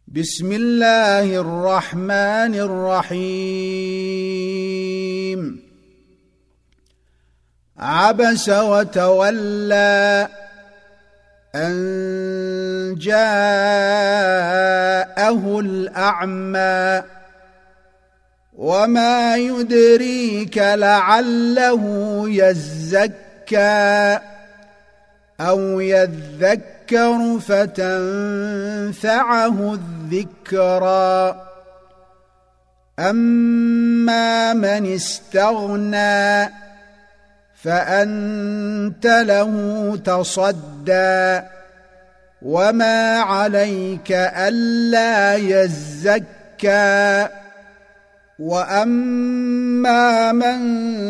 بسم الله الرحمن الرحيم. عبس وتولى أن جاءه الأعمى وما يدريك لعله يزكى أو يذكر فتنفعه الذكرى. أما من استغنى فأنت له تصدى وما عليك ألا يزكى. وأما من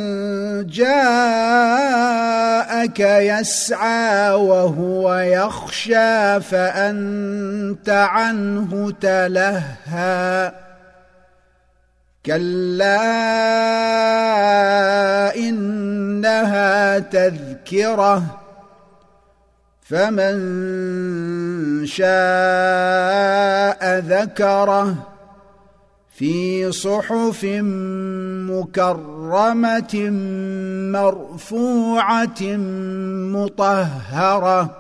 جاءك يسعى وهو يخشى فأنت عنه تلهى. كلا إنها تذكرة فمن شاء ذكره في صحف مكرمة مرفوعة مطهرة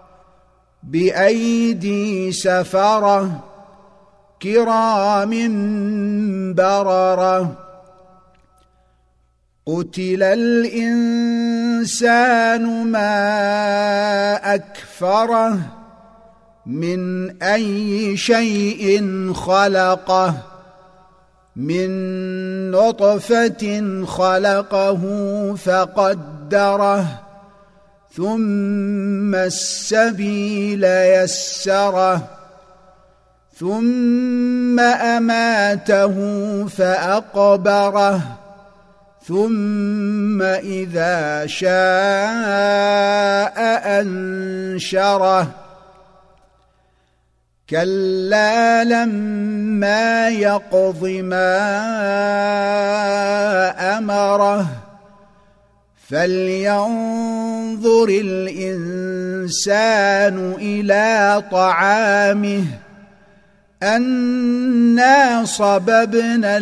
بأيدي سفرة كرام بررة. قتل الإنسان ما أكفره من أي شيء خلقه من نطفة خلقه فقدره ثم السبيل يسره ثم أماته فأقبره ثم إذا شاء أنشره. كلا لما يقض ما أمره فلينظر الإنسان إلى طعامه أنا صببنا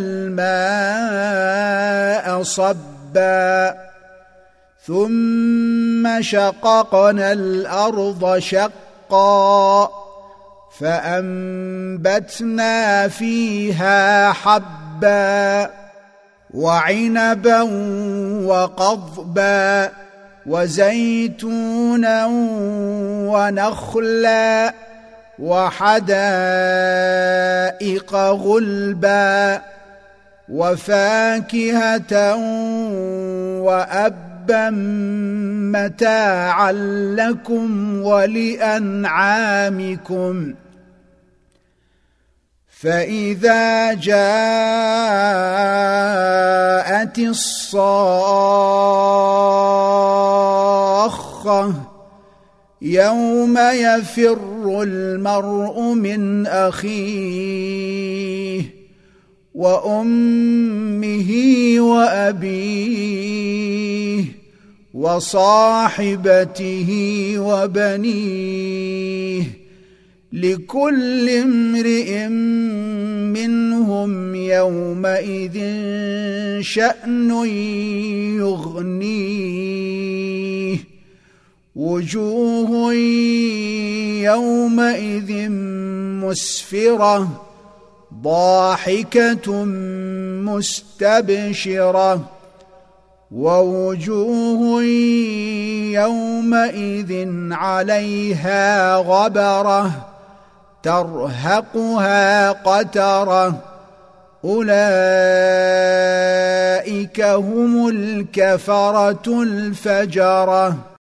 الماء صبا ثم شققنا الأرض شقا فأنبتنا فيها حبا وعنبا وقضبا وزيتونا ونخلا وحدائق غلبا وفاكهة وأبا متاعا لكم ولأنعامكم. فإذا جاءت الصاخة يوم يفر المرء من أخيه وأمه وأبيه وصاحبته وبنيه لكل امرئ منهم يومئذ شأن يغنيه. وجوه يومئذ مسفرة ضاحكة مستبشرة ووجوه يومئذ عليها غبرة ترهقها قترة أولئك هم الكفرة الفجرة.